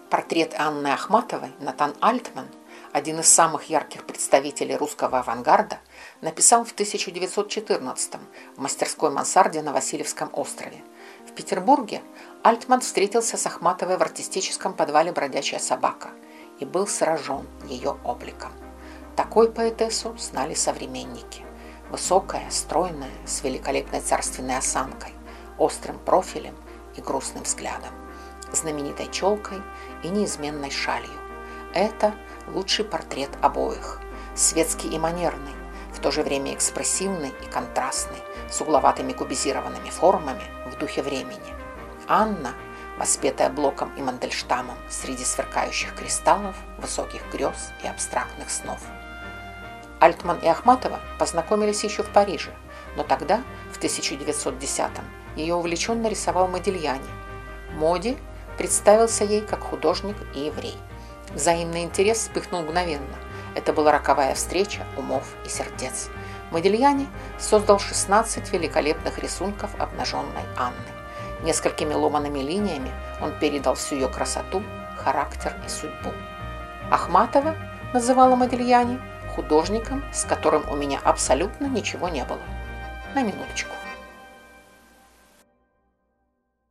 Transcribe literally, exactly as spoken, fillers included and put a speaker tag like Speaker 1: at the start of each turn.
Speaker 1: Портрет Анны Ахматовой Натан Альтман, один из самых ярких представителей русского авангарда, написал в тысяча девятьсот четырнадцатом в мастерской мансарде на Васильевском острове. В Петербурге Альтман встретился с Ахматовой в артистическом подвале «Бродячая собака» и был сражен ее обликом. Такой поэтессу знали современники. Высокая, стройная, с великолепной царственной осанкой, острым профилем и грустным взглядом, знаменитой челкой и неизменной шалью. Это лучший портрет обоих, светский и манерный, в то же время экспрессивный и контрастный, с угловатыми кубизированными формами в духе времени. Анна, воспетая Блоком и Мандельштамом среди сверкающих кристаллов, высоких грез и абстрактных снов. Альтман и Ахматова познакомились еще в Париже, но тогда, в тысяча девятьсот десятом, ее увлеченно рисовал Модильяни. Моди представился ей как художник и еврей. Взаимный интерес вспыхнул мгновенно. Это была роковая встреча умов и сердец. Модильяни создал шестнадцать великолепных рисунков обнаженной Анны. Несколькими ломаными линиями он передал всю ее красоту, характер и судьбу. Ахматова называла Модильяни художником, с которым у меня абсолютно ничего не было. На минуточку.